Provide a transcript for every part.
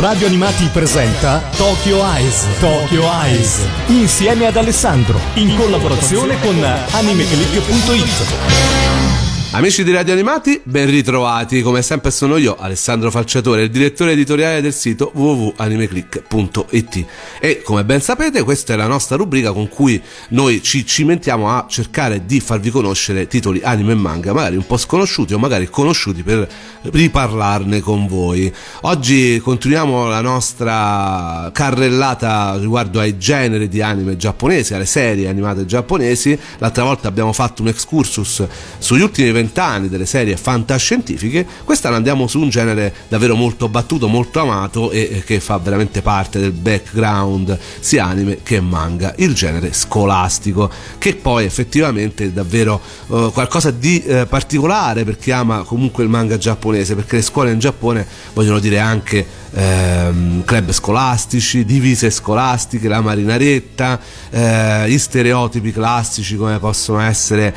Radio Animati presenta Tokyo Eyes. Tokyo Eyes. Insieme ad Alessandro. In collaborazione con animeclick.it. Amici di Radio Animati, ben ritrovati. Come sempre sono io, Alessandro Falciatore, il direttore editoriale del sito www.animeclick.it. E come ben sapete, questa è la nostra rubrica con cui noi ci cimentiamo a cercare di farvi conoscere titoli anime e manga, magari un po' sconosciuti o magari conosciuti, per riparlarne con voi. Oggi continuiamo la nostra carrellata riguardo ai generi di anime giapponesi, alle serie animate giapponesi. L'altra volta abbiamo fatto un excursus sugli ultimi 20 anni delle serie fantascientifiche. Quest'anno andiamo su un genere davvero molto battuto, molto amato e che fa veramente parte del background sia anime che manga, il genere scolastico, che poi effettivamente è davvero qualcosa di particolare per chi ama comunque il manga giapponese, perché le scuole in Giappone vogliono dire anche club scolastici, divise scolastiche, la marinaretta, gli stereotipi classici come possono essere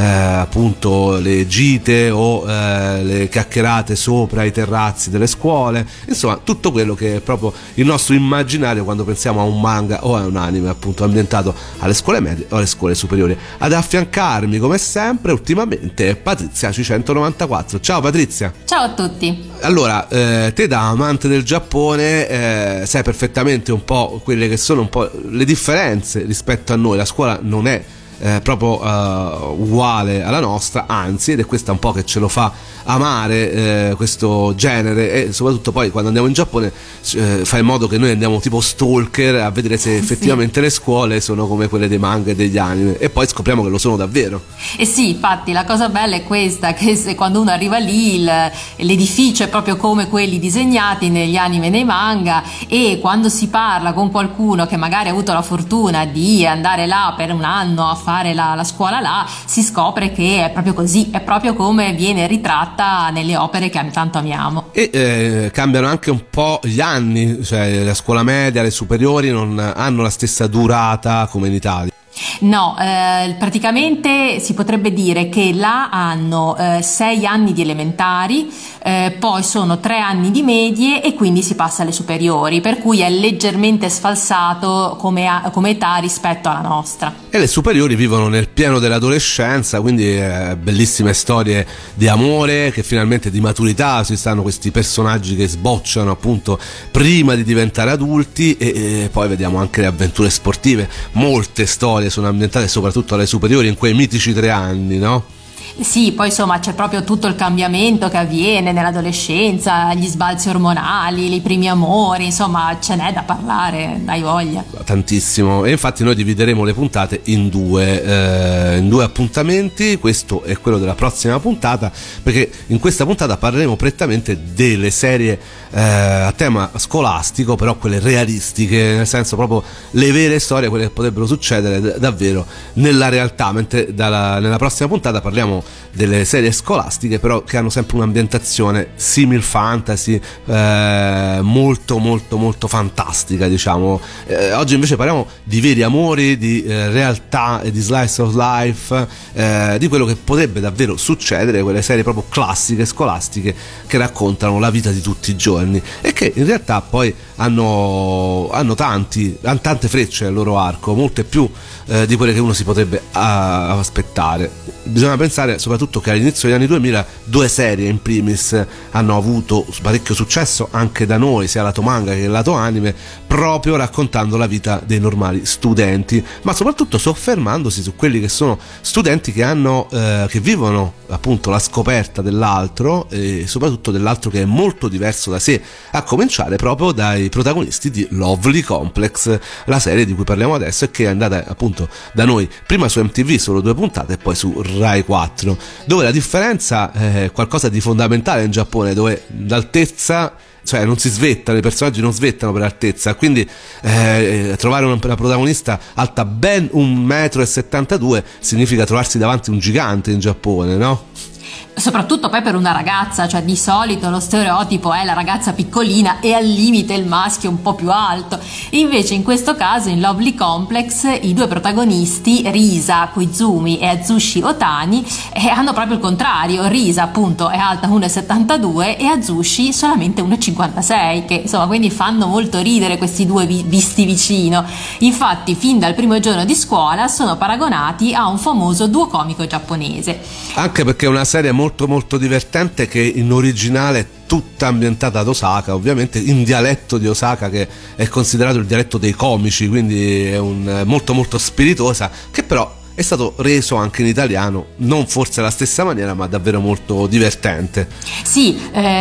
appunto le gite o le chiacchierate sopra i terrazzi delle scuole, insomma tutto quello che è proprio il nostro immaginario quando pensiamo a un manga o a un anime appunto ambientato alle scuole medie o alle scuole superiori. Ad affiancarmi come sempre ultimamente è Patrizia C194. Ciao Patrizia. Ciao a tutti. Allora, te da amante del Giappone sai perfettamente un po' quelle che sono un po' le differenze rispetto a noi. La scuola non è proprio uguale alla nostra, anzi, ed è questa un po' che ce lo fa amare questo genere, e soprattutto poi quando andiamo in Giappone fa in modo che noi andiamo tipo stalker a vedere se effettivamente le scuole sono come quelle dei manga e degli anime, e poi scopriamo che lo sono davvero. E sì, infatti la cosa bella è questa, che quando uno arriva lì l'edificio è proprio come quelli disegnati negli anime e nei manga, e quando si parla con qualcuno che magari ha avuto la fortuna di andare là per un anno a fare la scuola là, si scopre che è proprio così, è proprio come viene ritratta nelle opere che tanto amiamo. E cambiano anche un po' gli anni, cioè la scuola media, le superiori non hanno la stessa durata come in Italia. No, praticamente si potrebbe dire che là hanno 6 anni di elementari, poi sono 3 anni di medie e quindi si passa alle superiori, per cui è leggermente sfalsato come età rispetto alla nostra. E le superiori vivono nel pieno dell'adolescenza, quindi bellissime storie di amore, che finalmente di maturità, ci stanno questi personaggi che sbocciano appunto prima di diventare adulti, e poi vediamo anche le avventure sportive. Molte storie sono ambientate soprattutto alle superiori, in quei mitici 3 anni, no? Sì, poi insomma c'è proprio tutto il cambiamento che avviene nell'adolescenza, gli sbalzi ormonali, i primi amori, insomma ce n'è da parlare, dai voglia. Tantissimo, e infatti noi divideremo le puntate in due appuntamenti. Questo è quello della prossima puntata, perché in questa puntata parleremo prettamente delle serie a tema scolastico, però quelle realistiche, nel senso proprio le vere storie, quelle che potrebbero succedere davvero nella realtà, mentre nella prossima puntata parliamo delle serie scolastiche però che hanno sempre un'ambientazione simil fantasy, molto molto molto fantastica, diciamo. Oggi invece parliamo di veri amori, di realtà e di slice of life, di quello che potrebbe davvero succedere, quelle serie proprio classiche scolastiche che raccontano la vita di tutti i giorni e che in realtà poi hanno tante frecce al loro arco, molte più di quelle che uno si potrebbe aspettare. Bisogna pensare soprattutto che all'inizio degli anni 2000 2 serie in primis hanno avuto parecchio successo anche da noi, sia lato manga che lato anime, proprio raccontando la vita dei normali studenti, ma soprattutto soffermandosi su quelli che sono studenti che vivono appunto la scoperta dell'altro, e soprattutto dell'altro che è molto diverso da sé, a cominciare proprio dai protagonisti di Lovely Complex, la serie di cui parliamo adesso, e che è andata appunto da noi prima su MTV solo 2 puntate e poi su Rai 4, dove la differenza è qualcosa di fondamentale in Giappone, dove l'altezza, cioè non si svettano, i personaggi non svettano per altezza, quindi trovare una protagonista alta ben 1,72 m significa trovarsi davanti un gigante in Giappone, no? Soprattutto poi per una ragazza, cioè di solito lo stereotipo è la ragazza piccolina e al limite il maschio un po' più alto. Invece in questo caso in Lovely Complex i due protagonisti, Risa Koizumi e Atsushi Otani, hanno proprio il contrario. Risa appunto è alta 1,72 e Atsushi solamente 1,56, che insomma quindi fanno molto ridere questi due visti vicino. Infatti fin dal primo giorno di scuola sono paragonati a un famoso duo comico giapponese. Anche perché è una serie molto molto divertente, che in originale è tutta ambientata ad Osaka, ovviamente in dialetto di Osaka, che è considerato il dialetto dei comici, quindi è molto molto spiritosa, che però è stato reso anche in italiano, non forse alla stessa maniera, ma davvero molto divertente. Sì,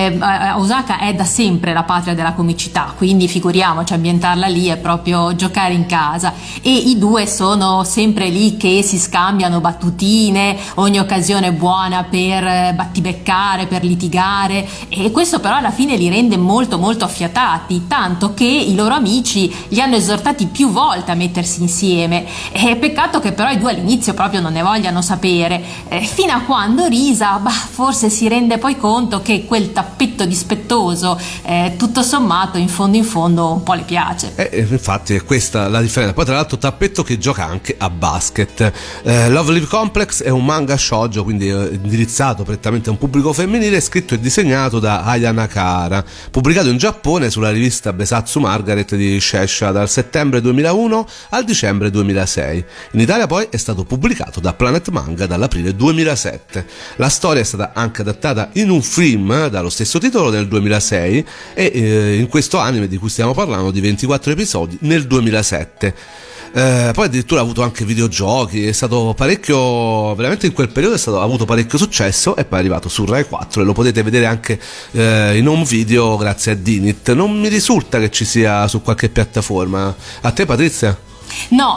Osaka è da sempre la patria della comicità, quindi figuriamoci, ambientarla lì è proprio giocare in casa, e i due sono sempre lì che si scambiano battutine, ogni occasione è buona per battibeccare, per litigare, e questo però alla fine li rende molto molto affiatati, tanto che i loro amici li hanno esortati più volte a mettersi insieme. È peccato che però i due all'inizio proprio non ne vogliano sapere, fino a quando Risa forse si rende poi conto che quel tappetto dispettoso tutto sommato in fondo un po' le piace. Infatti è questa la differenza. Poi tra l'altro tappetto che gioca anche a basket. Lovely Complex è un manga shoujo, quindi indirizzato prettamente a un pubblico femminile, scritto e disegnato da Aya Nakara, pubblicato in Giappone sulla rivista Besatsu Margaret di Shueisha dal settembre 2001 al dicembre 2006. In Italia poi è stato pubblicato da Planet Manga dall'aprile 2007. La storia è stata anche adattata in un film dallo stesso titolo nel 2006 e in questo anime di cui stiamo parlando di 24 episodi nel 2007. Poi addirittura ha avuto anche videogiochi, è stato parecchio, veramente in quel periodo ha avuto parecchio successo, e poi è arrivato su Rai 4 e lo potete vedere anche in home video grazie a Dinit. Non mi risulta che ci sia su qualche piattaforma. A te, Patrizia? No,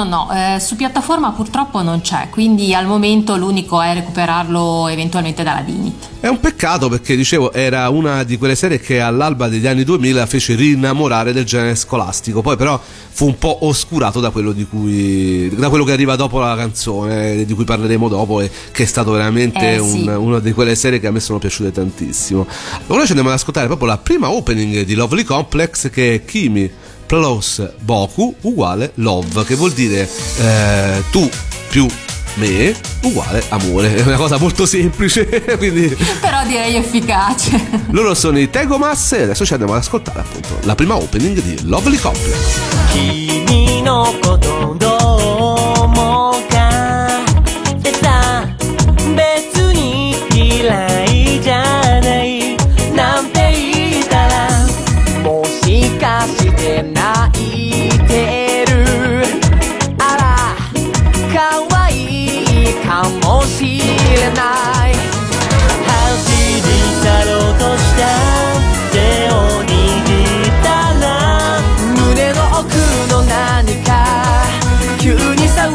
su piattaforma purtroppo non c'è, quindi al momento l'unico è recuperarlo eventualmente dalla Dinit. È un peccato, perché dicevo era una di quelle serie che all'alba degli anni 2000 fece rinnamorare del genere scolastico, poi però fu un po' oscurato da quello che arriva dopo la canzone, di cui parleremo dopo, e che è stato veramente una di quelle serie che a me sono piaciute tantissimo. Ora ci andiamo ad ascoltare proprio la prima opening di Lovely Complex, che è Kimi plus Boku uguale love, che vuol dire tu più me uguale amore. È una cosa molto semplice, quindi però direi efficace. Loro sono i Tegomas e adesso ci andiamo ad ascoltare appunto la prima opening di Lovely Complex. Kimi no koto domo ka eta betsu ni kirai janai nante itara moshikashite naiteru ara kawaii kamo shirenai走り去ろうとした手を握ったら胸の奥の何か急に騒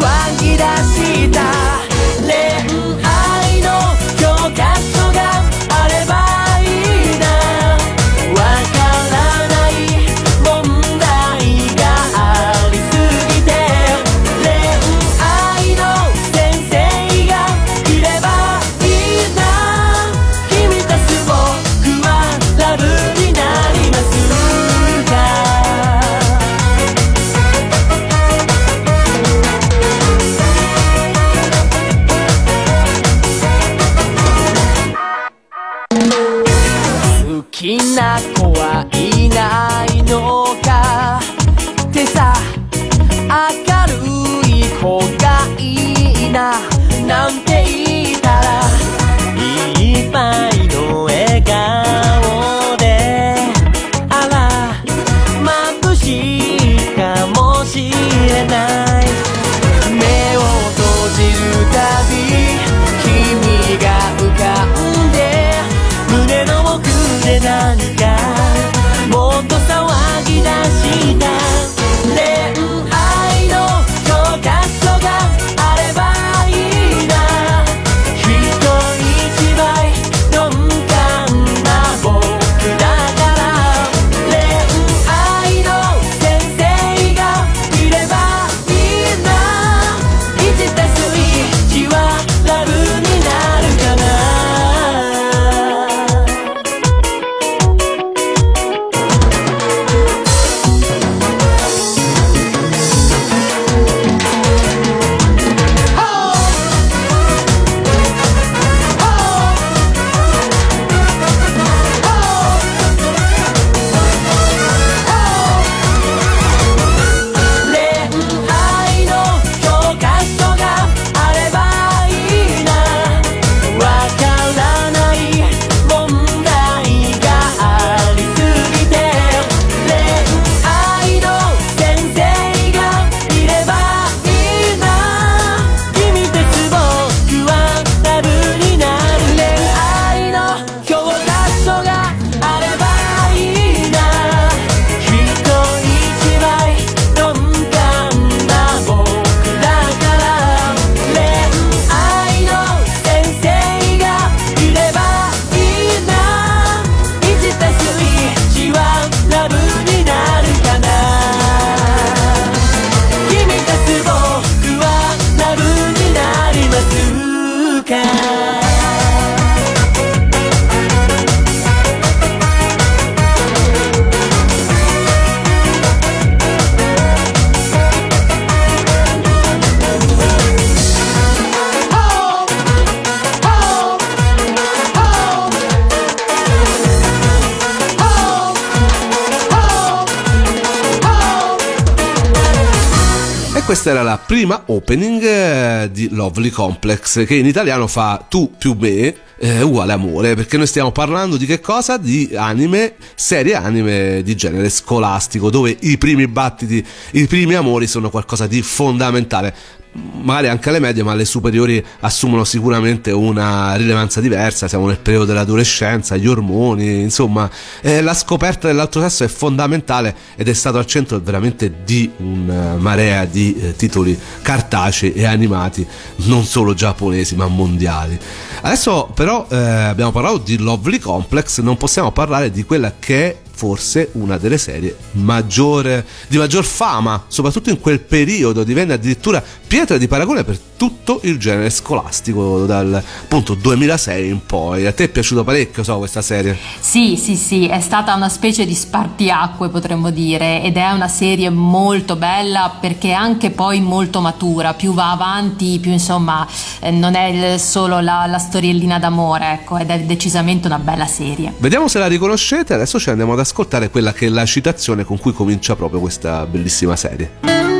Questa era la prima opening di Lovely Complex, che in italiano fa Tu più me uguale amore, perché noi stiamo parlando di che cosa? Di anime, serie anime di genere scolastico, dove i primi battiti, i primi amori sono qualcosa di fondamentale. Magari anche alle medie, ma alle superiori assumono sicuramente una rilevanza diversa. Siamo nel periodo dell'adolescenza, gli ormoni, insomma, la scoperta dell'altro sesso è fondamentale ed è stato al centro veramente di una marea di titoli cartacei e animati, non solo giapponesi ma mondiali. Adesso però abbiamo parlato di Lovely Complex, non possiamo parlare di quella che è forse una delle serie di maggior fama, soprattutto in quel periodo. Divenne addirittura pietra di paragone per tutto il genere scolastico dal appunto 2006 in poi. A te è piaciuto parecchio, questa serie? Sì, è stata una specie di spartiacque, potremmo dire, ed è una serie molto bella perché è anche poi molto matura, più va avanti più insomma non è solo la storiellina d'amore, ecco, ed è decisamente una bella serie. Vediamo se la riconoscete. Adesso ci andiamo ad ascoltare quella che è la citazione con cui comincia proprio questa bellissima serie.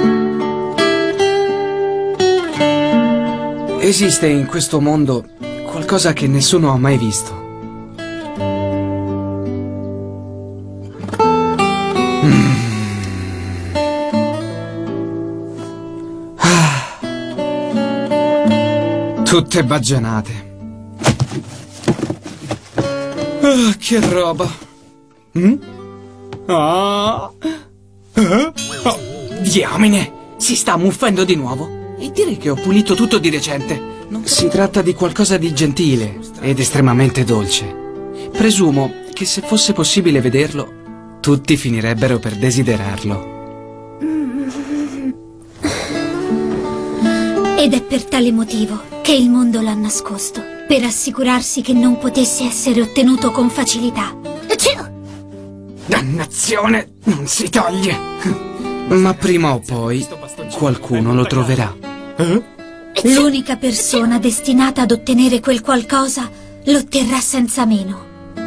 Esiste in questo mondo qualcosa che nessuno ha mai visto. Tutte baggianate. Che roba. Diamine! Si sta ammuffendo di nuovo. E direi che ho pulito tutto di recente. Si tratta di qualcosa di gentile ed estremamente dolce. Presumo che se fosse possibile vederlo, tutti finirebbero per desiderarlo. Ed è per tale motivo che il mondo l'ha nascosto, per assicurarsi che non potesse essere ottenuto con facilità. Dannazione, non si toglie. Ma prima o poi qualcuno lo troverà. L'unica persona destinata ad ottenere quel qualcosa lo otterrà senza meno.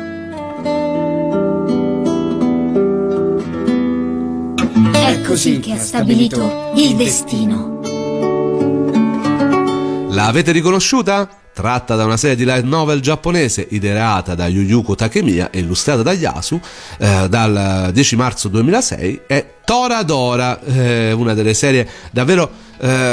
È così che ha stabilito il destino. L'avete riconosciuta? Tratta da una serie di light novel giapponese ideata da Yuyuko Takemiya e illustrata da Yasu, dal 10 marzo 2006, è Toradora, una delle serie davvero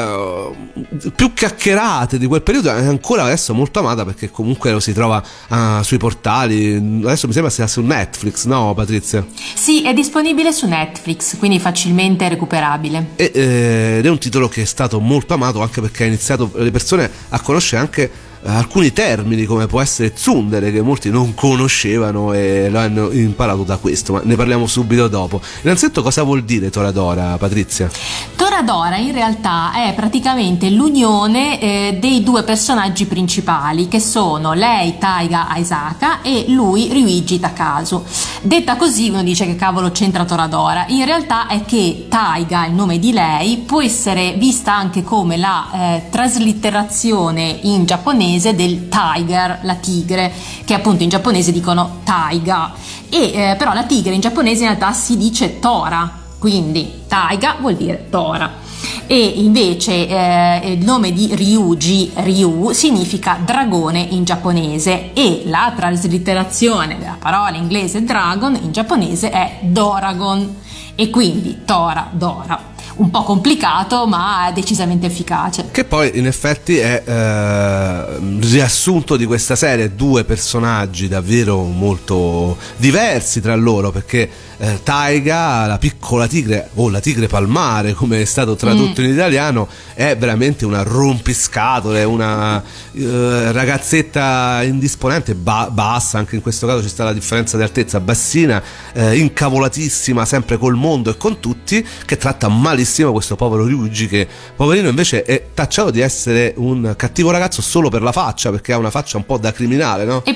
più chiacchierate di quel periodo, è ancora adesso molto amata perché comunque lo si trova sui portali. Adesso mi sembra sia su Netflix, no Patrizia? Sì, è disponibile su Netflix, quindi facilmente recuperabile. Ed è un titolo che è stato molto amato anche perché ha iniziato le persone a conoscere anche alcuni termini, come può essere tsundere, che molti non conoscevano e lo hanno imparato da questo, ma ne parliamo subito dopo. Innanzitutto, cosa vuol dire Toradora, Patrizia? Toradora in realtà è praticamente l'unione dei due personaggi principali, che sono lei Taiga Aisaka e lui Ryuichi Takasu. Detta così uno dice che cavolo c'entra Toradora. In realtà è che Taiga, il nome di lei, può essere vista anche come la traslitterazione in giapponese del tiger, la tigre, che appunto in giapponese dicono taiga, e però la tigre in giapponese in realtà si dice tora, quindi taiga vuol dire tora. E invece il nome di Ryuji, Ryu, significa dragone in giapponese, e la traslitterazione della parola inglese dragon in giapponese è Doragon, e quindi Tora Dora. Un po' complicato ma decisamente efficace, che poi in effetti è riassunto di questa serie. Due personaggi davvero molto diversi tra loro, perché Taiga, la piccola tigre o la tigre palmare come è stato tradotto in italiano, è veramente una rompiscatole, una ragazzetta indisponente, bassa, anche in questo caso ci sta la differenza di altezza, bassina, incavolatissima sempre col mondo e con tutti, che tratta malissimo questo povero Ryuji, che poverino invece è tacciato di essere un cattivo ragazzo solo per la faccia, perché ha una faccia un po' da criminale, no? E purtroppo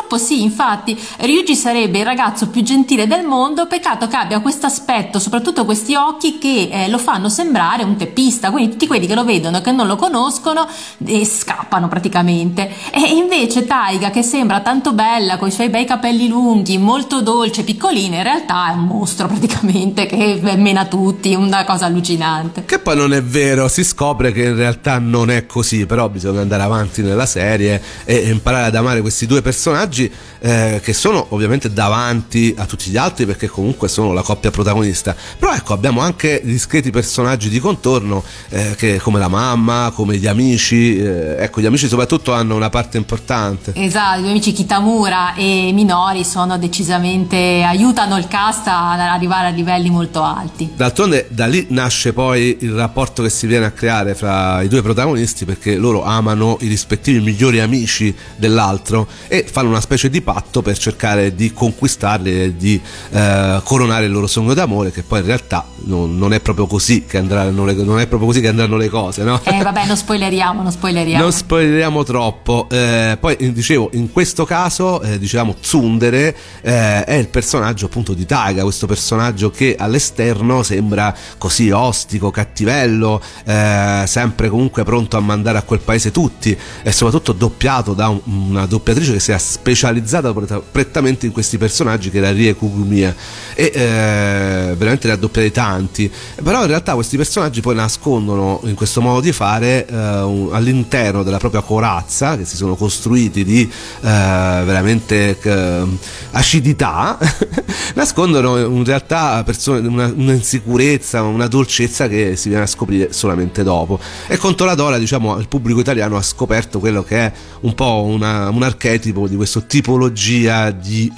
purtroppo sì, infatti Ryuji sarebbe il ragazzo più gentile del mondo, peccato che abbia questo aspetto, soprattutto questi occhi che lo fanno sembrare un teppista, quindi tutti quelli che lo vedono, che non lo conoscono, scappano praticamente. E invece Taiga, che sembra tanto bella con i suoi bei capelli lunghi, molto dolce, piccolina, in realtà è un mostro praticamente che mena tutti, una cosa allucinante. Che poi non è vero, si scopre che in realtà non è così, però bisogna andare avanti nella serie e imparare ad amare questi due personaggi che sono ovviamente davanti a tutti gli altri, perché comunque sono la coppia protagonista. Però ecco, abbiamo anche discreti personaggi di contorno che, come la mamma, come gli amici, ecco, gli amici soprattutto hanno una parte importante. Esatto, i due amici Kitamura e Minori sono decisamente, aiutano il cast ad arrivare a livelli molto alti. D'altronde da lì nasce poi il rapporto che si viene a creare fra i due protagonisti, perché loro amano i rispettivi migliori amici dell'altro e fanno una specie di patto per cercare di conquistarli e di coronare il loro sogno d'amore, che poi in realtà non è proprio così che andranno le cose, no? Vabbè, non spoileriamo troppo. Poi dicevo, in questo caso diciamo Tsundere è il personaggio appunto di Taiga, questo personaggio che all'esterno sembra così ostico, cattivello, sempre comunque pronto a mandare a quel paese tutti, e soprattutto doppiato da una doppiatrice che si è specializzata prettamente in questi personaggi, che era Rie Kugumiya, e veramente ne ha doppiati tanti. Però in realtà questi personaggi poi nascondono in questo modo di fare all'interno della propria corazza, che si sono costruiti di veramente acidità nascondono in realtà una insicurezza, una dolcezza che si viene a scoprire solamente dopo. E con Toradora, diciamo, il pubblico italiano ha scoperto quello che è un po' un archetipo di questa tipologia di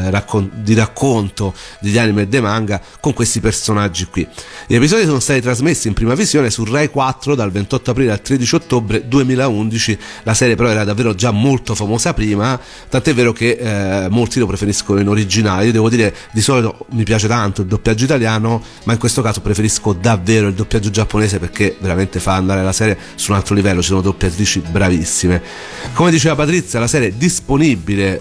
racconto degli anime e dei manga, con questi personaggi qui. Gli episodi sono stati trasmessi in prima visione su Rai 4 dal 28 aprile al 13 ottobre 2011. La serie però era davvero già molto famosa prima, tant'è vero che molti lo preferiscono in originale. Io devo dire, di solito mi piace tanto il doppiaggio italiano, ma in questo caso preferisco davvero il doppiaggio giapponese, perché veramente fa andare la serie su un altro livello, ci sono doppiatrici bravissime. Come diceva Patrizia, la serie è disponibile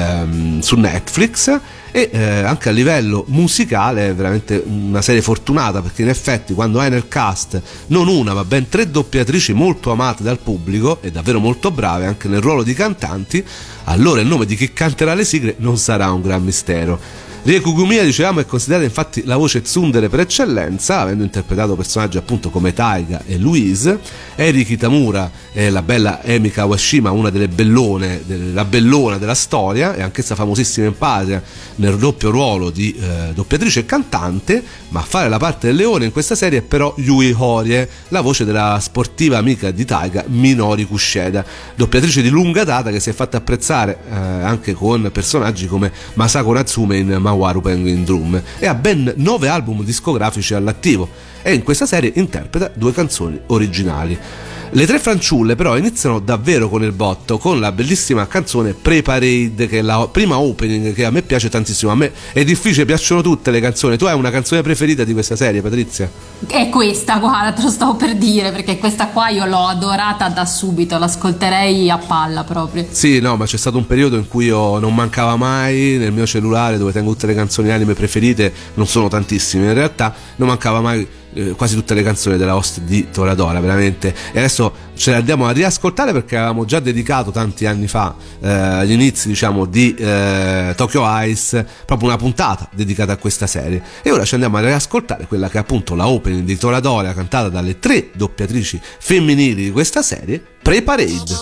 su Netflix, e anche a livello musicale è veramente una serie fortunata, perché in effetti quando hai nel cast non una ma ben 3 doppiatrici molto amate dal pubblico e davvero molto brave anche nel ruolo di cantanti, allora il nome di chi canterà le sigle non sarà un gran mistero. Rie Kugumiya, dicevamo, è considerata infatti la voce tsundere per eccellenza, avendo interpretato personaggi appunto come Taiga e Louise. Eri Kitamura è la bella Emi Kawashima, una delle bellone, la bellona della storia, e anch'essa famosissima in patria nel doppio ruolo di doppiatrice e cantante, ma a fare la parte del leone in questa serie è però Yui Horie, la voce della sportiva amica di Taiga, Minori Kushida, doppiatrice di lunga data che si è fatta apprezzare anche con personaggi come Masako Natsume in Mawaru Penguin Drum, e ha ben 9 album discografici all'attivo, e in questa serie interpreta 2 canzoni originali. Le 3 fanciulle però iniziano davvero con il botto, con la bellissima canzone Pre-Parade, che è la prima opening, che a me piace tantissimo. A me è difficile, piacciono tutte le canzoni. Tu hai una canzone preferita di questa serie, Patrizia? È questa, guarda, te lo stavo per dire, perché questa qua io l'ho adorata da subito, l'ascolterei a palla proprio. Sì, no, ma c'è stato un periodo in cui io non mancava mai nel mio cellulare, dove tengo tutte le canzoni anime preferite, non sono tantissime in realtà, non mancava mai quasi tutte le canzoni della host di Toradora, veramente. E adesso ce le andiamo a riascoltare, perché avevamo già dedicato tanti anni fa, agli inizi diciamo di Tokyo Ice, proprio una puntata dedicata a questa serie, e ora ci andiamo a riascoltare quella che è appunto la opening di Toradora, cantata dalle 3 doppiatrici femminili di questa serie, Pre-Parade.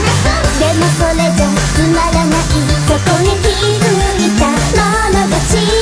Demo それじゃつまらないそこに気づいたものが違う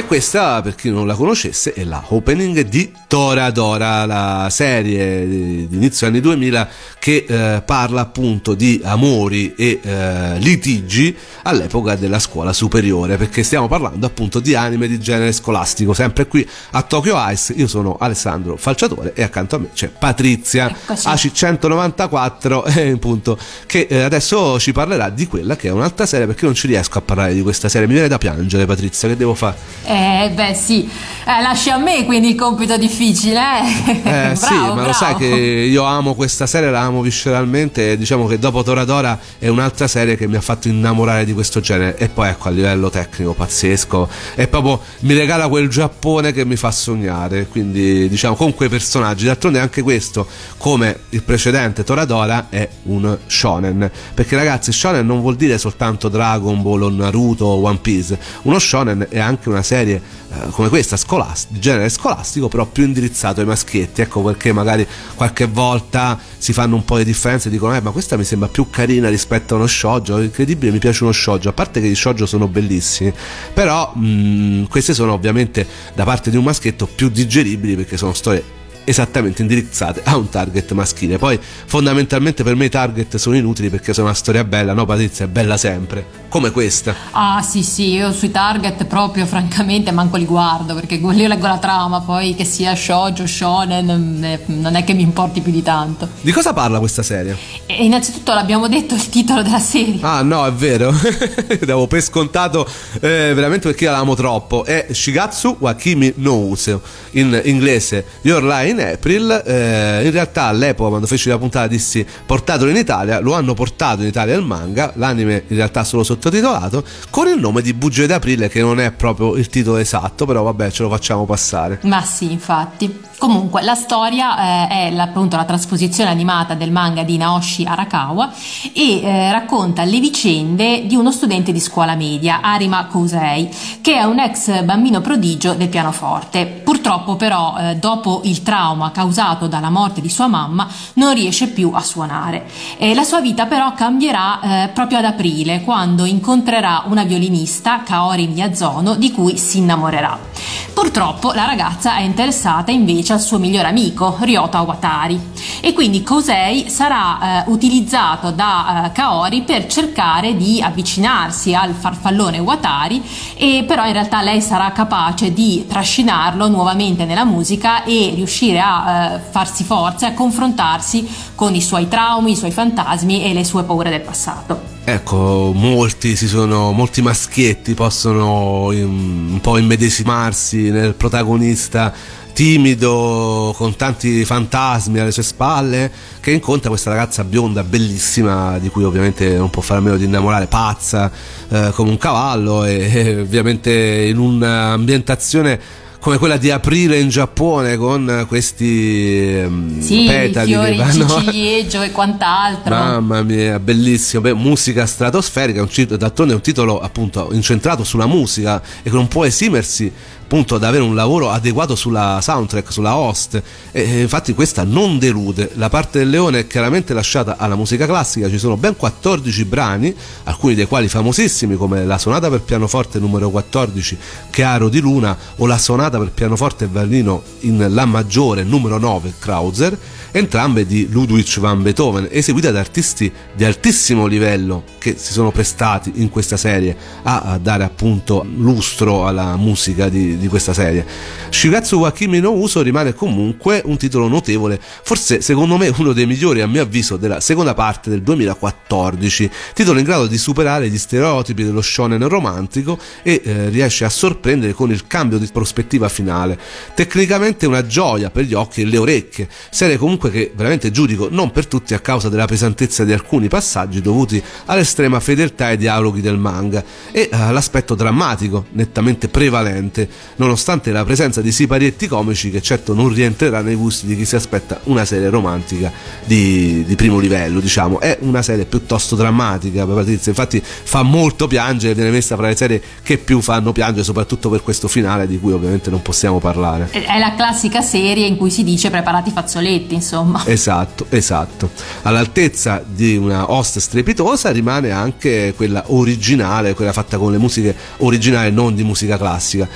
questa, per chi non la conoscesse, è la opening di Toradora, la serie di inizio anni 2000 che parla appunto di amori e litigi all'epoca della scuola superiore, perché stiamo parlando appunto di anime di genere scolastico, sempre qui a Tokyo Ice. Io sono Alessandro Falciatore e accanto a me c'è Patrizia AC194 appunto, che adesso ci parlerà di quella che è un'altra serie, perché non ci riesco a parlare di questa serie, mi viene da piangere. Patrizia, che devo fare? Beh sì, lasci a me quindi il compito difficile. Bravo, sì, ma bravo. Lo sai che io amo questa serie, la amo visceralmente, e diciamo che dopo Toradora è un'altra serie che mi ha fatto innamorare di questo genere. E poi ecco, a livello tecnico pazzesco, e proprio mi regala quel Giappone che mi fa sognare, quindi diciamo con quei personaggi. D'altronde anche questo, come il precedente Toradora, è un shonen, perché ragazzi, shonen non vuol dire soltanto Dragon Ball o Naruto o One Piece. Uno shonen è anche una serie come questa, di genere scolastico, però più indirizzato ai maschietti. Ecco perché magari qualche volta si fanno un po' di differenze e dicono ma questa mi sembra più carina rispetto a uno shoujo. Incredibile, mi piace uno shoujo, a parte che gli shoujo sono bellissimi, però queste sono ovviamente da parte di un maschietto più digeribili, perché sono storie esattamente indirizzate a un target maschile. Poi fondamentalmente per me i target sono inutili, perché se è una storia bella, no Patrizia, è bella sempre, come questa. Ah sì, io sui target proprio francamente manco li guardo, perché io leggo la trama, poi che sia shoujo, shonen, non è che mi importi più di tanto. Di cosa parla questa serie? E innanzitutto l'abbiamo detto il titolo della serie. Ah no, è vero, davo per scontato, veramente, perché io la amo troppo. È Shigatsu wa Kimi no Uso, in inglese Your Lie in April. In realtà all'epoca, quando feci la puntata, dissi portatelo in Italia. Lo hanno portato in Italia il manga, l'anime in realtà solo sottotitolato, con il nome di Bugie d'Aprile, che non è proprio il titolo esatto, però vabbè, ce lo facciamo passare. Ma sì, infatti. Comunque la storia è appunto la trasposizione animata del manga di Naoshi Arakawa e racconta le vicende di uno studente di scuola media, Arima Kousei, che è un ex bambino prodigio del pianoforte. Purtroppo però dopo il trauma causato dalla morte di sua mamma non riesce più a suonare. La sua vita però cambierà proprio ad aprile, quando incontrerà una violinista, Kaori Miyazono, di cui si innamorerà. Purtroppo la ragazza è interessata invece al suo migliore amico, Ryota Watari, e quindi Kousei sarà utilizzato da Kaori per cercare di avvicinarsi al farfallone Watari, e però in realtà lei sarà capace di trascinarlo nuovamente nella musica e riuscire a farsi forza e a confrontarsi con i suoi traumi, i suoi fantasmi e le sue paure del passato. Ecco, molti maschietti possono un po' immedesimarsi nel protagonista timido, con tanti fantasmi alle sue spalle, che incontra questa ragazza bionda bellissima, di cui ovviamente non può fare a meno di innamorare, pazza come un cavallo, e ovviamente in un'ambientazione come quella di aprile in Giappone, con questi petali fiori, che vanno, ciliegio e quant'altro. Mamma mia, bellissimo. Beh, musica stratosferica, d'altronde è un titolo appunto incentrato sulla musica e che non può esimersi appunto ad avere un lavoro adeguato sulla soundtrack, sulla host, e infatti questa non delude. La parte del leone è chiaramente lasciata alla musica classica, ci sono ben 14 brani, alcuni dei quali famosissimi, come la sonata per pianoforte numero 14 Chiaro di Luna, o la sonata per pianoforte e violino in La maggiore numero 9 Krauser, entrambe di Ludwig van Beethoven, eseguite da artisti di altissimo livello che si sono prestati in questa serie a dare appunto lustro alla musica di questa serie. Shigatsu wa Kimi no Uso rimane comunque un titolo notevole, forse secondo me uno dei migliori a mio avviso della seconda parte del 2014, titolo in grado di superare gli stereotipi dello shonen romantico e riesce a sorprendere con il cambio di prospettiva finale. Tecnicamente una gioia per gli occhi e le orecchie, serie comunque che veramente giudico non per tutti a causa della pesantezza di alcuni passaggi dovuti all'estrema fedeltà ai dialoghi del manga e all'aspetto drammatico nettamente prevalente, nonostante la presenza di siparietti comici che certo non rientrerà nei gusti di chi si aspetta una serie romantica di primo livello. Diciamo è una serie piuttosto drammatica, Patrizia, infatti fa molto piangere, viene messa fra le serie che più fanno piangere, soprattutto per questo finale di cui ovviamente non possiamo parlare. È la classica serie in cui si dice preparati fazzoletti, insomma. Esatto. All'altezza di una host strepitosa rimane anche quella originale, quella fatta con le musiche originali, non di musica classica, che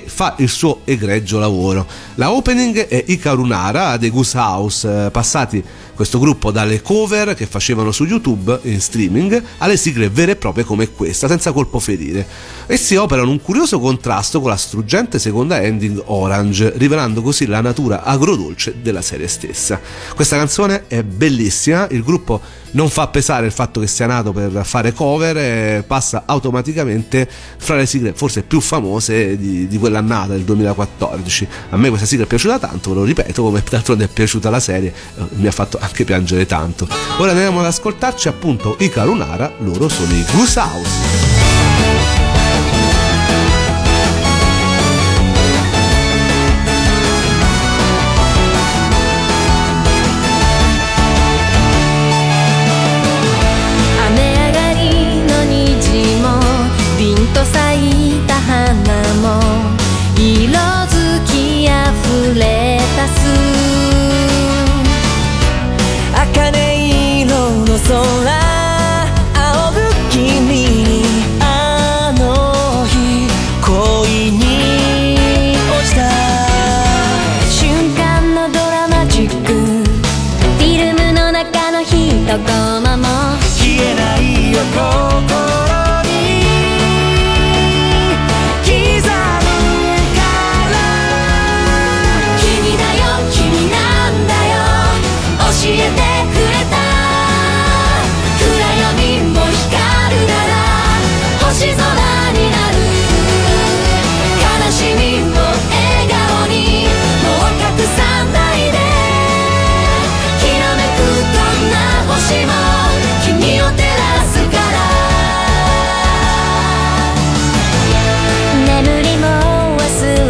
fa il suo egregio lavoro. La opening è Hikaru Nara dei Goose House, passati questo gruppo dalle cover che facevano su YouTube in streaming alle sigle vere e proprie come questa, senza colpo ferire. Essi operano un curioso contrasto con la struggente seconda ending Orange, rivelando così la natura agrodolce della serie stessa. Questa canzone è bellissima, il gruppo non fa pesare il fatto che sia nato per fare cover e passa automaticamente fra le sigle forse più famose di quell'annata del 2014. A me questa sigla è piaciuta tanto, ve lo ripeto, come d'altronde è piaciuta la serie, mi ha fatto anche piangere tanto. Ora andiamo ad ascoltarci appunto Hikaru Nara, loro sono i Goose House.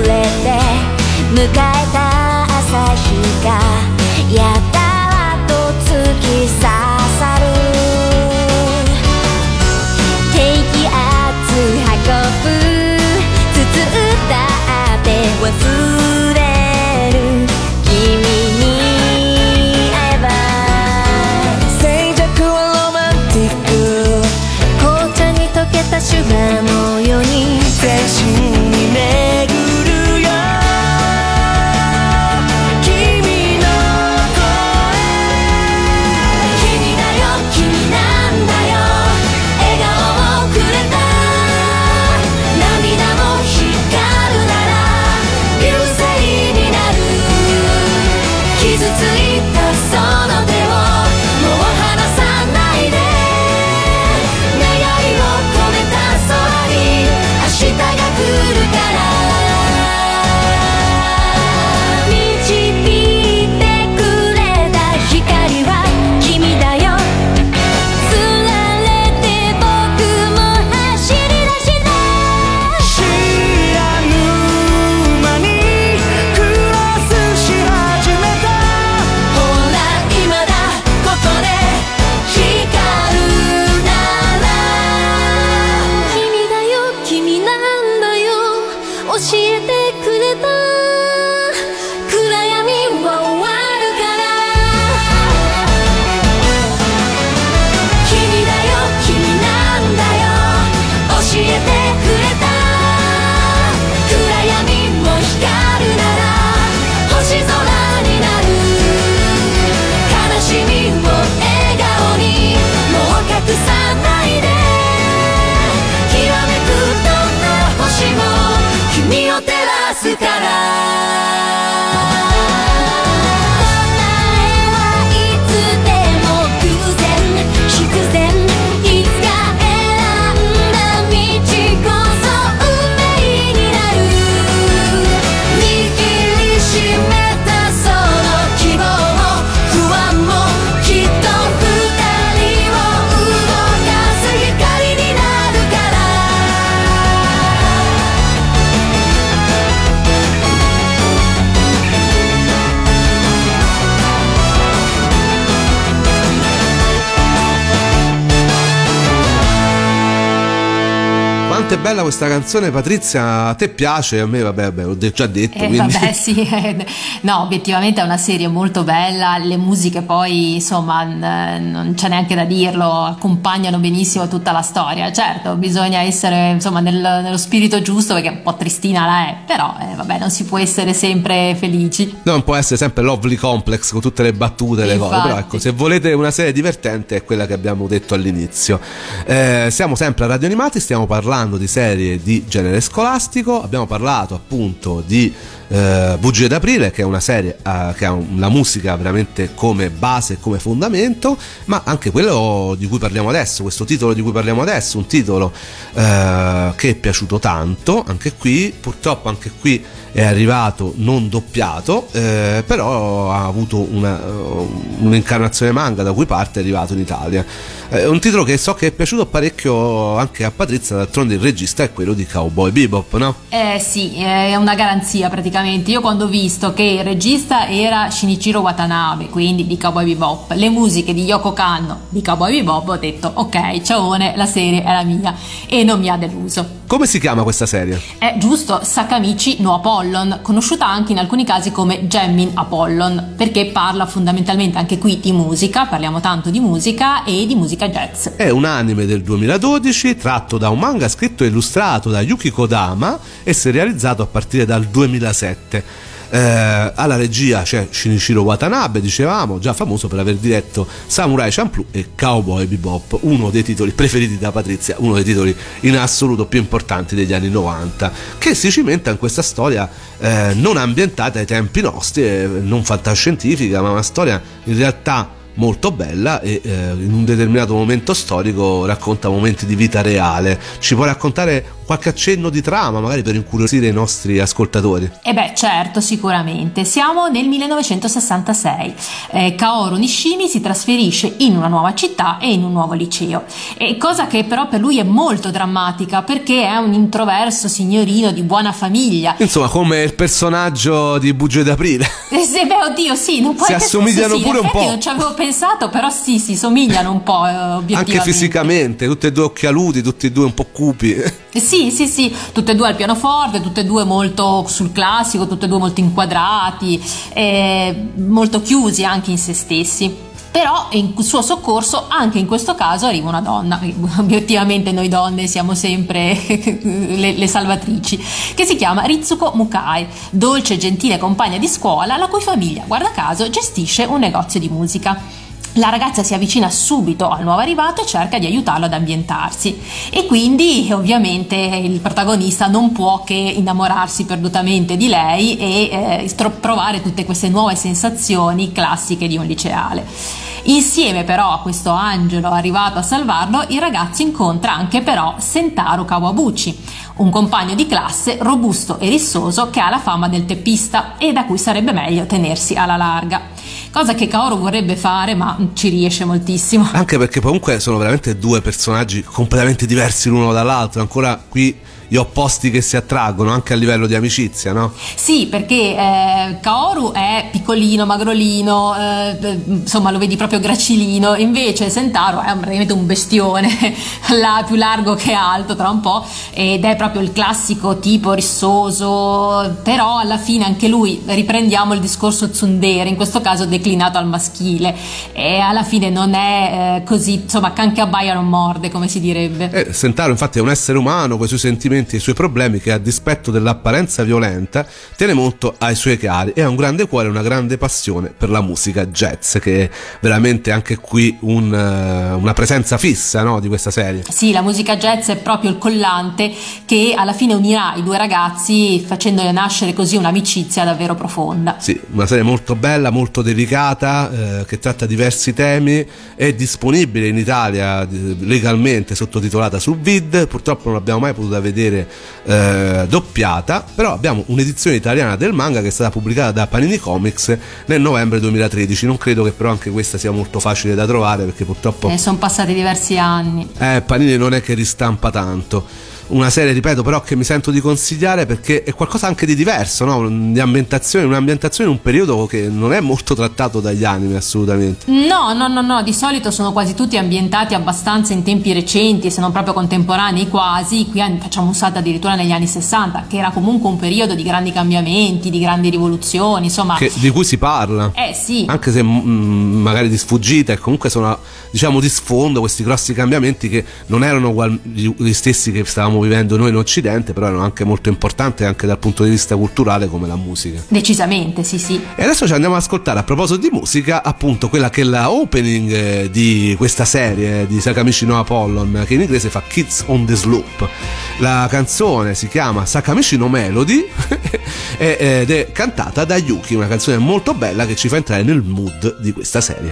迎えた朝日がやたらと Quanto è bella questa canzone, Patrizia, a te piace? A me vabbè l'ho già detto, quindi... Vabbè, sì, no, obiettivamente è una serie molto bella, le musiche poi insomma non c'è neanche da dirlo, accompagnano benissimo tutta la storia. Certo, bisogna essere insomma nello spirito giusto, perché un po' tristina la è, però vabbè, non si può essere sempre felici. Non può essere sempre Lovely Complex con tutte le battute e le cose, però ecco, se volete una serie divertente è quella che abbiamo detto all'inizio. Siamo sempre a Radio Animati, stiamo parlando di serie di genere scolastico, abbiamo parlato appunto di Bugie d'aprile, che è una serie che ha la musica veramente come base e come fondamento, ma anche quello di cui parliamo adesso, questo titolo di cui parliamo adesso, un titolo che è piaciuto tanto, anche qui purtroppo anche qui è arrivato non doppiato, però ha avuto un'incarnazione manga da cui parte è arrivato in Italia. È un titolo che so che è piaciuto parecchio anche a Patrizia, d'altronde il regista è quello di Cowboy Bebop, no? Sì, è una garanzia praticamente. Io quando ho visto che il regista era Shinichiro Watanabe, quindi di Cowboy Bebop, le musiche di Yoko Kanno di Cowboy Bebop, ho detto ok, ciaone, la serie è la mia, e non mi ha deluso. Come si chiama questa serie? È giusto, Sakamichi no Apollon, conosciuta anche in alcuni casi come Gemmin Apollon, perché parla fondamentalmente anche qui di musica, parliamo tanto di musica e di musica jazz. È un anime del 2012 tratto da un manga scritto e illustrato da Yuki Kodama e serializzato a partire dal 2007. Alla regia c'è Shinichiro Watanabe, dicevamo, già famoso per aver diretto Samurai Champloo e Cowboy Bebop, uno dei titoli preferiti da Patrizia, uno dei titoli in assoluto più importanti degli anni 90, che si cimenta in questa storia non ambientata ai tempi nostri, non fantascientifica, ma una storia in realtà molto bella e in un determinato momento storico racconta momenti di vita reale. Ci può raccontare qualche accenno di trama, magari per incuriosire i nostri ascoltatori? Certo, sicuramente. Siamo nel 1966. Kaoru Nishimi si trasferisce in una nuova città e in un nuovo liceo, cosa che però per lui è molto drammatica, perché è un introverso signorino di buona famiglia. Insomma, come il personaggio di Bugie d'aprile. Oddio, sì, non può si assomigliano sì, pure un po'. Non ci avevo pensato, però sì, si somigliano un po', obiettivamente. Anche fisicamente, tutti e due occhialuti, tutti e due un po' cupi. Sì, tutte e due al pianoforte, tutte e due molto sul classico, tutte e due molto inquadrati, molto chiusi anche in se stessi. Però in suo soccorso anche in questo caso arriva una donna, obiettivamente noi donne siamo sempre le salvatrici, che si chiama Ritsuko Mukai, dolce e gentile compagna di scuola la cui famiglia, guarda caso, gestisce un negozio di musica. La ragazza si avvicina subito al nuovo arrivato e cerca di aiutarlo ad ambientarsi, e quindi ovviamente il protagonista non può che innamorarsi perdutamente di lei e provare tutte queste nuove sensazioni classiche di un liceale. Insieme però a questo angelo arrivato a salvarlo, il ragazzo incontra anche però Sentaro Kawabuchi, un compagno di classe robusto e rissoso che ha la fama del teppista e da cui sarebbe meglio tenersi alla larga. Cosa che Kaoru vorrebbe fare, ma ci riesce moltissimo. Anche perché comunque sono veramente due personaggi completamente diversi l'uno dall'altro, ancora qui gli opposti che si attraggono anche a livello di amicizia, no? Sì, perché Kaoru è piccolino, magrolino, insomma lo vedi proprio gracilino, invece Sentaro è praticamente un bestione, più largo che alto tra un po', ed è proprio il classico tipo rissoso, però alla fine anche lui, riprendiamo il discorso tsundere, in questo caso declinato al maschile, e alla fine non è così, insomma, can che abbaia non morde, come si direbbe. Sentaro infatti è un essere umano con i suoi sentimenti e i suoi problemi, che a dispetto dell'apparenza violenta tiene molto ai suoi cari e ha un grande cuore e una grande passione per la musica jazz, che è veramente anche qui una presenza fissa, no, di questa serie. Sì, la musica jazz è proprio il collante che alla fine unirà i due ragazzi, facendo nascere così un'amicizia davvero profonda. Sì, una serie molto bella, molto delicata, che tratta diversi temi, è disponibile in Italia legalmente sottotitolata su Vid, purtroppo non l'abbiamo mai potuta vedere doppiata, però abbiamo un'edizione italiana del manga che è stata pubblicata da Panini Comics nel novembre 2013. Non credo che però anche questa sia molto facile da trovare, perché purtroppo sono passati diversi anni. Panini non è che ristampa tanto. una serie, ripeto, però che mi sento di consigliare perché è qualcosa anche di diverso, no? Di ambientazione, un'ambientazione in un periodo che non è molto trattato dagli anime assolutamente. No, di solito sono quasi tutti ambientati abbastanza in tempi recenti, se non proprio contemporanei quasi. Qui facciamo un salto addirittura negli anni 60, che era comunque un periodo di grandi cambiamenti, di grandi rivoluzioni, insomma. Di cui si parla. Sì. Anche se magari di sfuggita, e comunque sono, diciamo, di sfondo questi grossi cambiamenti che non erano gli stessi che stavamo vivendo noi in Occidente, però erano anche molto importanti anche dal punto di vista culturale, come la musica. Decisamente, sì. E adesso ci andiamo ad ascoltare, a proposito di musica, appunto quella che è la opening di questa serie di Sakamichi no Apollon, che in inglese fa Kids on the Slope. La canzone si chiama Sakamichi no Melody ed è cantata da Yuki, una canzone molto bella che ci fa entrare nel mood di questa serie.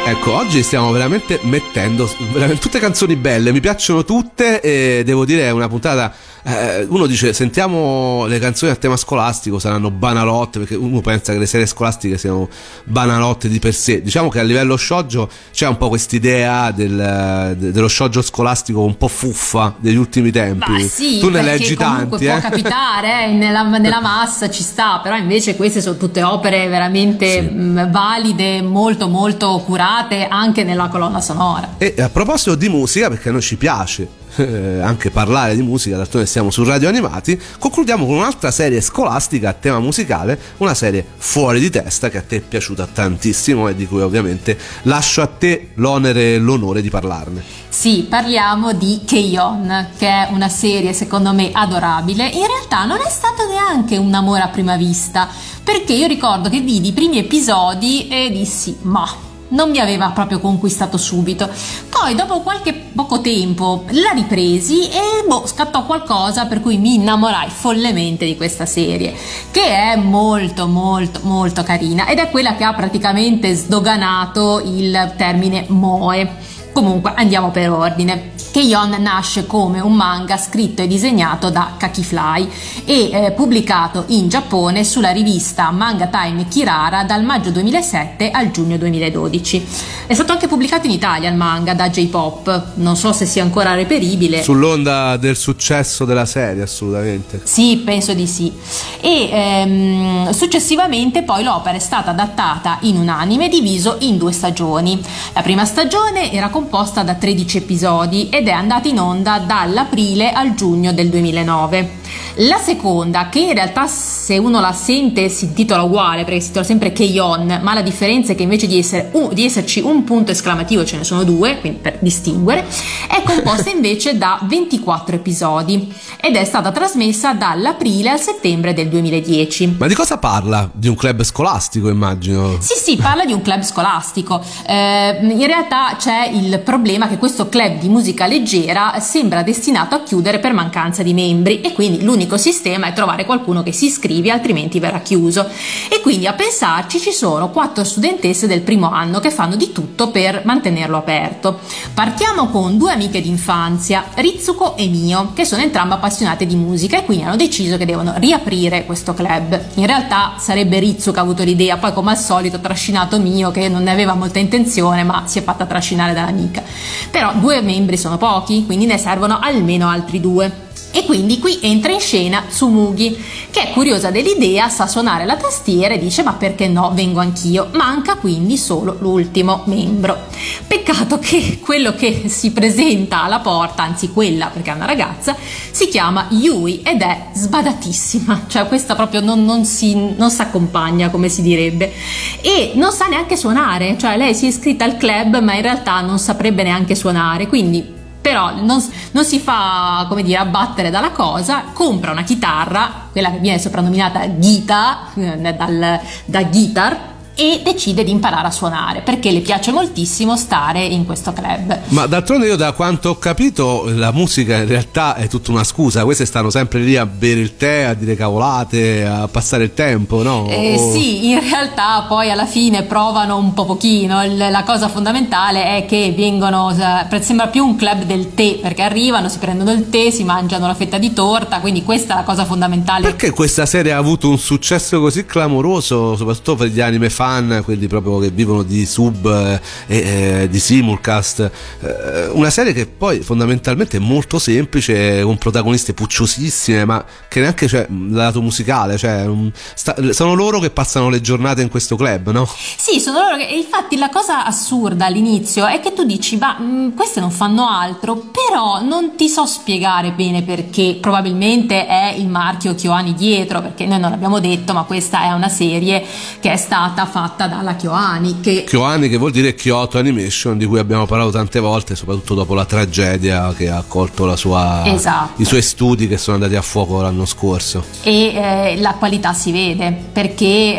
Ecco, oggi stiamo veramente mettendo tutte canzoni belle, mi piacciono tutte e devo dire è una puntata, uno dice sentiamo le canzoni a tema scolastico, saranno banalotte, perché uno pensa che le serie scolastiche siano banalotte di per sé. Diciamo che a livello shoujo c'è un po' quest'idea dello shoujo scolastico un po' fuffa degli ultimi tempi. Ma sì, tu ne leggi tanti, può capitare, nella massa ci sta, però invece queste sono tutte opere veramente valide, molto molto curate anche nella colonna sonora. E a proposito di musica, perché a noi ci piace anche parlare di musica, d'altronde siamo su Radio Animati, concludiamo con un'altra serie scolastica a tema musicale, una serie fuori di testa che a te è piaciuta tantissimo e di cui ovviamente lascio a te l'onere e l'onore di parlarne. Sì, parliamo di K-On!, che è una serie secondo me adorabile. In realtà non è stato neanche un amore a prima vista, perché io ricordo che vidi i primi episodi e dissi ma non mi aveva proprio conquistato subito. Poi dopo poco tempo la ripresi e scattò qualcosa per cui mi innamorai follemente di questa serie, che è molto molto molto carina ed è quella che ha praticamente sdoganato il termine moe. Comunque andiamo per ordine. K-On! Nasce come un manga scritto e disegnato da Kakifly e pubblicato in Giappone sulla rivista Manga Time Kirara dal maggio 2007 al giugno 2012. È stato anche pubblicato in Italia il manga da J-Pop, non so se sia ancora reperibile. Sull'onda del successo della serie, assolutamente. Sì, penso di sì. E successivamente poi l'opera è stata adattata in un anime diviso in 2 stagioni. La prima stagione era composta da 13 episodi ed è andata in onda dall'aprile al giugno del 2009. La seconda, che in realtà se uno la sente si intitola uguale perché si intitola sempre K-On!, ma la differenza è che invece di esserci un punto esclamativo ce ne sono 2, quindi per distinguere, è composta invece da 24 episodi ed è stata trasmessa dall'aprile al settembre del 2010. Ma di cosa parla? Di un club scolastico, immagino. Sì, parla di un club scolastico. In realtà c'è il problema che questo club di musica leggera sembra destinato a chiudere per mancanza di membri e quindi l'unico sistema è trovare qualcuno che si iscrive, altrimenti verrà chiuso. E quindi a pensarci ci sono 4 studentesse del primo anno che fanno di tutto per mantenerlo aperto. Partiamo con 2 amiche d'infanzia, Ritsuko e Mio, che sono entrambe appassionate di musica e quindi hanno deciso che devono riaprire questo club. In realtà sarebbe Ritsuko che ha avuto l'idea, poi come al solito ha trascinato Mio, che non ne aveva molta intenzione ma si è fatta trascinare dall'amica. Però 2 membri sono pochi, quindi ne servono almeno altri 2. E quindi qui entra in scena Tsumugi, che è curiosa dell'idea, sa suonare la tastiera e dice ma perché no, vengo anch'io. Manca quindi solo l'ultimo membro. Peccato che quello che si presenta alla porta, anzi quella perché è una ragazza, si chiama Yui ed è sbadatissima, cioè questa proprio non si accompagna, come si direbbe, e non sa neanche suonare, cioè lei si è iscritta al club ma in realtà non saprebbe neanche suonare, quindi però non si fa, come dire, abbattere dalla cosa, compra una chitarra, quella che viene soprannominata Gita, da guitar, e decide di imparare a suonare perché le piace moltissimo stare in questo club. Ma d'altronde io da quanto ho capito la musica in realtà è tutta una scusa, queste stanno sempre lì a bere il tè, a dire cavolate, a passare il tempo, no? Sì, in realtà poi alla fine provano un pochino, la cosa fondamentale è che sembra più un club del tè, perché arrivano, si prendono il tè, si mangiano la fetta di torta, quindi questa è la cosa fondamentale. Perché questa serie ha avuto un successo così clamoroso, soprattutto per gli anime fan, quelli proprio che vivono di sub e di simulcast, una serie che poi fondamentalmente è molto semplice, con protagoniste pucciosissime, ma che neanche c'è dal lato musicale, cioè sono loro che passano le giornate in questo club, no? Sì, sono loro e infatti la cosa assurda all'inizio è che tu dici queste non fanno altro, però non ti so spiegare bene perché. Probabilmente è il marchio KyoAni dietro, perché noi non l'abbiamo detto, ma questa è una serie che è stata fatta dalla KyoAni, che vuol dire Kyoto Animation, di cui abbiamo parlato tante volte, soprattutto dopo la tragedia che ha colto i suoi studi che sono andati a fuoco l'anno scorso. E la qualità si vede perché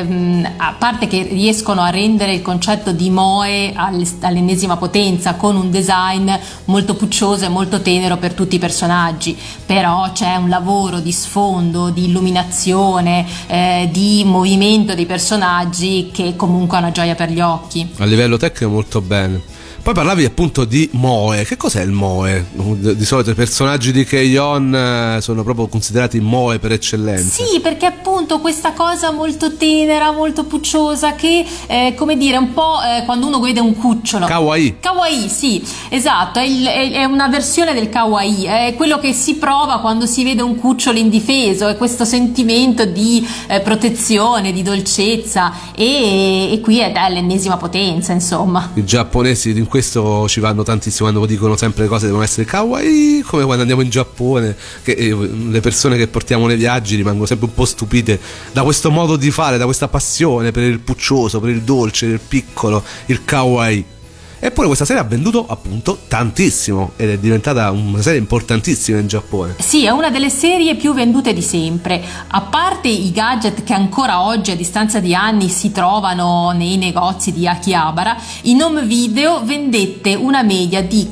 a parte che riescono a rendere il concetto di moe all'ennesima potenza, con un design molto puccioso e molto tenero per tutti i personaggi, però c'è un lavoro di sfondo, di illuminazione, di movimento dei personaggi personaggi che comunque è una gioia per gli occhi. A livello tecnico molto bene. Poi parlavi appunto di Moe. Che cos'è il Moe? Di solito i personaggi di Keion sono proprio considerati Moe per eccellenza. Sì, perché appunto questa cosa molto tenera, molto pucciosa, che come dire, un po' quando uno vede un cucciolo. Kawaii. Kawaii, sì, esatto, è una versione del kawaii, è quello che si prova quando si vede un cucciolo indifeso, è questo sentimento di protezione, di dolcezza, e qui è l'ennesima potenza, insomma. I giapponesi in questo ci vanno tantissimo quando dicono sempre le cose devono essere kawaii, come quando andiamo in Giappone, che le persone che portiamo nei viaggi rimangono sempre un po' stupite da questo modo di fare, da questa passione per il puccioso, per il dolce, il piccolo, il kawaii. Eppure questa serie ha venduto appunto tantissimo ed è diventata una serie importantissima in Giappone. Sì, è una delle serie più vendute di sempre. A parte i gadget che ancora oggi a distanza di anni si trovano nei negozi di Akihabara, in home video vendette una media di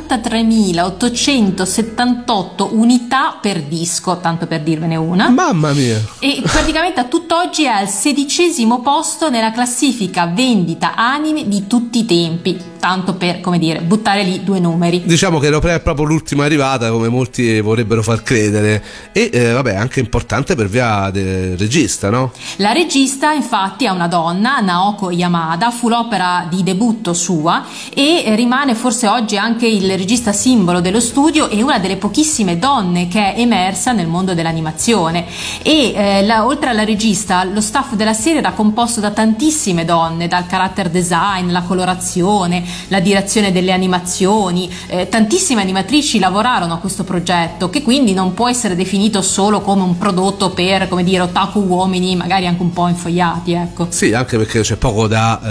43.878 unità per disco, tanto per dirvene una. Mamma mia! E praticamente a tutt'oggi è al 16° posto nella classifica vendita anime di tutti i tempi. Tanto per, come dire, buttare lì due numeri. Diciamo che è proprio l'ultima arrivata, come molti vorrebbero far credere. E vabbè, anche importante per via del regista, no? La regista infatti è una donna, Naoko Yamada, fu l'opera di debutto sua e rimane forse oggi anche il regista simbolo dello studio e una delle pochissime donne che è emersa nel mondo dell'animazione. E oltre alla regista, lo staff della serie era composto da tantissime donne, dal character design, la colorazione, la direzione delle animazioni. Tantissime animatrici lavorarono a questo progetto, che quindi non può essere definito solo come un prodotto per, come dire, otaku uomini magari anche un po' infogliati, ecco. Sì, anche perché c'è poco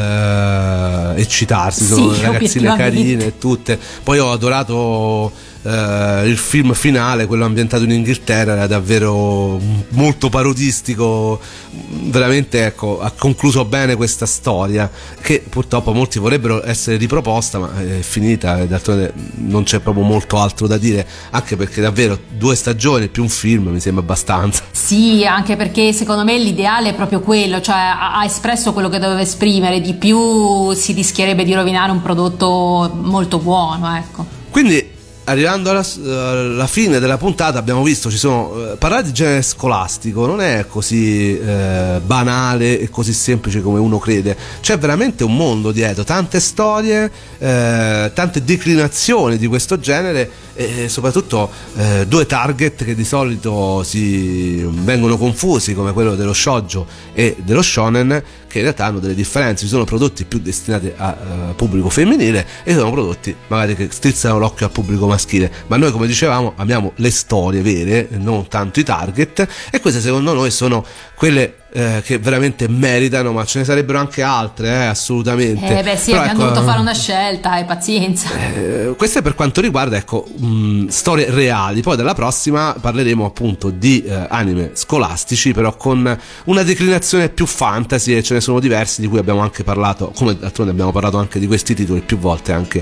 da eccitarsi, sono sì, ragazzine carine tutte. Poi ho adorato il film finale, quello ambientato in Inghilterra, era davvero molto parodistico, veramente, ecco, ha concluso bene questa storia che purtroppo molti vorrebbero essere riproposta, ma è finita e d'altronde non c'è proprio molto altro da dire, anche perché davvero 2 stagioni più un film mi sembra abbastanza. Sì, anche perché secondo me l'ideale è proprio quello, cioè ha espresso quello che doveva esprimere, di più si rischierebbe di rovinare un prodotto molto buono, ecco. Quindi arrivando alla fine della puntata abbiamo visto, parlare di genere scolastico non è così banale e così semplice come uno crede, c'è veramente un mondo dietro, tante storie, tante declinazioni di questo genere e soprattutto 2 target che di solito si vengono confusi, come quello dello shoujo e dello shonen, che in realtà hanno delle differenze. Ci sono prodotti più destinati a pubblico femminile e sono prodotti magari che strizzano l'occhio al pubblico maschile, ma noi, come dicevamo, amiamo le storie vere, non tanto i target, e queste secondo noi sono quelle che veramente meritano, ma ce ne sarebbero anche altre, assolutamente. Beh sì, però, abbiamo dovuto fare una scelta, pazienza. Questo è per quanto riguarda, ecco, storie reali. Poi dalla prossima parleremo appunto di anime scolastici, però con una declinazione più fantasy, e ce ne sono diversi di cui abbiamo anche parlato, come d'altronde abbiamo parlato anche di questi titoli più volte anche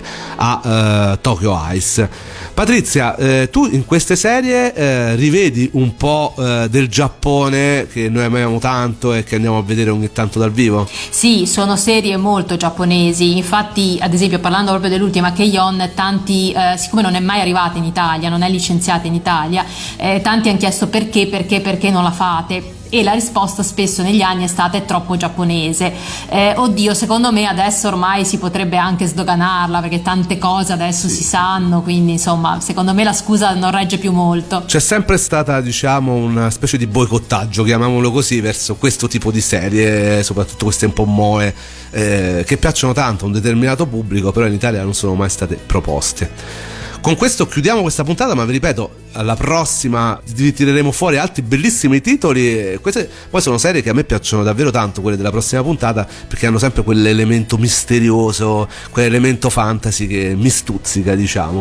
a Tokyo Ice. Patrizia, tu in queste serie rivedi un po' del Giappone che noi amiamo tanto e che andiamo a vedere ogni tanto dal vivo? Sì, sono serie molto giapponesi, infatti ad esempio parlando proprio dell'ultima Keion, tanti, siccome non è mai arrivata in Italia, non è licenziata in Italia, tanti hanno chiesto perché non la fate. E la risposta spesso negli anni è stata: è troppo giapponese. Oddio, secondo me adesso ormai si potrebbe anche sdoganarla, perché tante cose adesso si sanno, quindi insomma secondo me la scusa non regge più molto. C'è sempre stata, diciamo, una specie di boicottaggio, chiamiamolo così, verso questo tipo di serie, soprattutto queste un po' moe, che piacciono tanto a un determinato pubblico, però in Italia non sono mai state proposte. Con questo chiudiamo questa puntata, ma vi ripeto, alla prossima vi tireremo fuori altri bellissimi titoli. Queste poi sono serie che a me piacciono davvero tanto, quelle della prossima puntata, perché hanno sempre quell'elemento misterioso, quell'elemento fantasy che mi stuzzica, diciamo.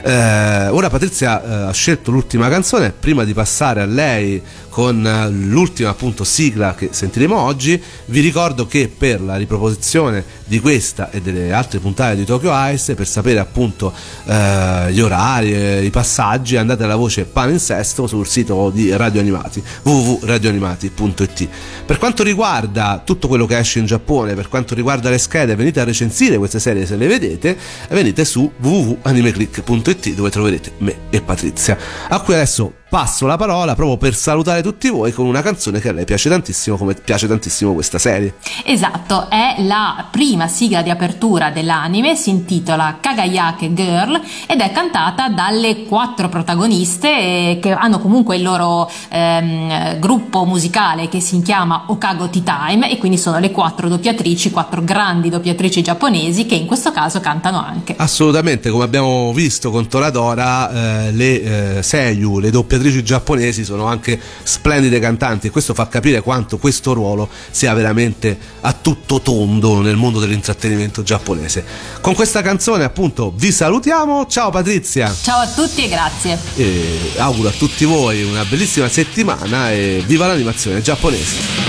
Ora Patrizia ha scelto l'ultima canzone. Prima di passare a lei con l'ultima appunto sigla che sentiremo oggi, vi ricordo che per la riproposizione di questa e delle altre puntate di Tokyo Ice, per sapere appunto gli orari, i passaggi, andate alla voce palinsesto sul sito di Radio Animati, www.radioanimati.it. Per quanto riguarda tutto quello che esce in Giappone, per quanto riguarda le schede, venite a recensire queste serie se le vedete, venite su www.animeclick.it, dove troverete me e Patrizia, a cui adesso passo la parola proprio per salutare tutti voi con una canzone che a lei piace tantissimo, come piace tantissimo questa serie. Esatto, è la prima sigla di apertura dell'anime, si intitola Kagayake Girl ed è cantata dalle 4 protagoniste che hanno comunque il loro gruppo musicale che si chiama Okago Tea Time, e quindi sono le 4 doppiatrici, 4 grandi doppiatrici giapponesi che in questo caso cantano anche. Assolutamente, come abbiamo visto con Toradora, le seiyuu, le doppiatrici giapponesi sono anche splendide cantanti, e questo fa capire quanto questo ruolo sia veramente a tutto tondo nel mondo dell'intrattenimento giapponese. Con questa canzone appunto vi salutiamo, ciao Patrizia, Ciao a tutti e grazie, e auguro a tutti voi una bellissima settimana e viva l'animazione giapponese.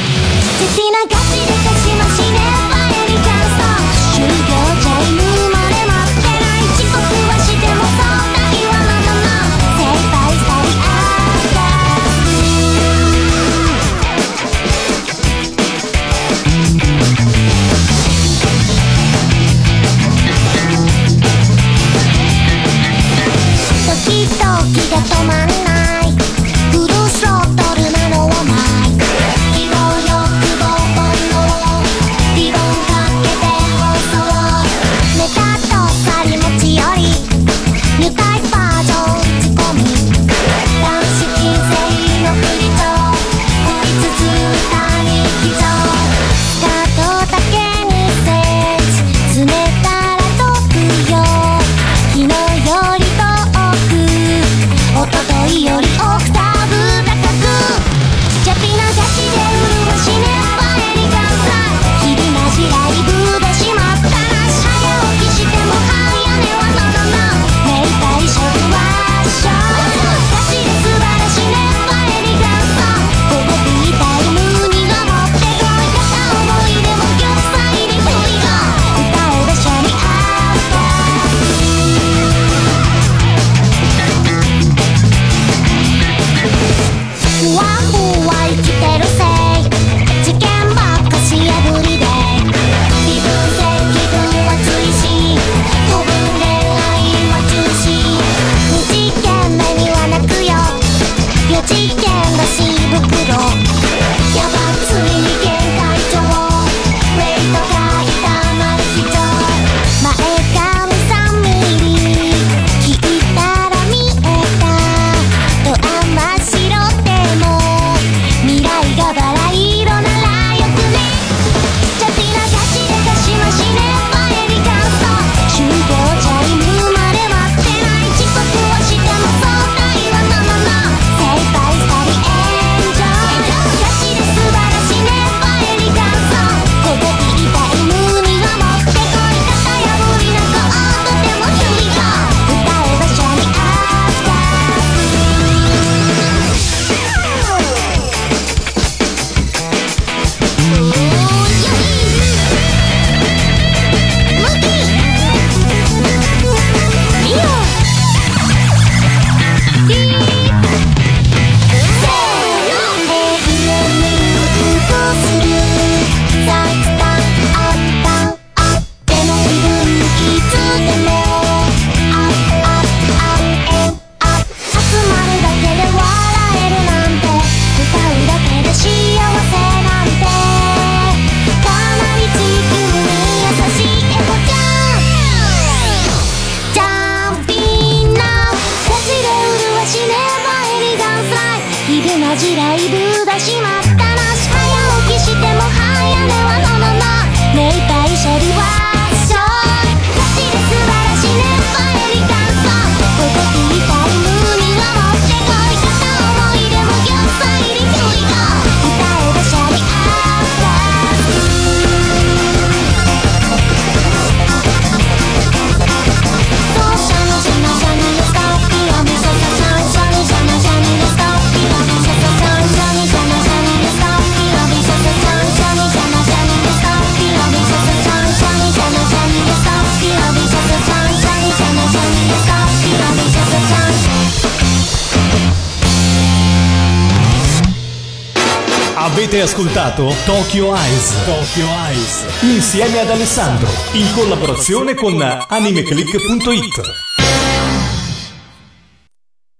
時が止まんないフルスロットルなのはない希望欲望煩悩 Avete ascoltato Tokyo Eyes. Tokyo Eyes. Insieme ad Alessandro. In collaborazione con animeclick.it.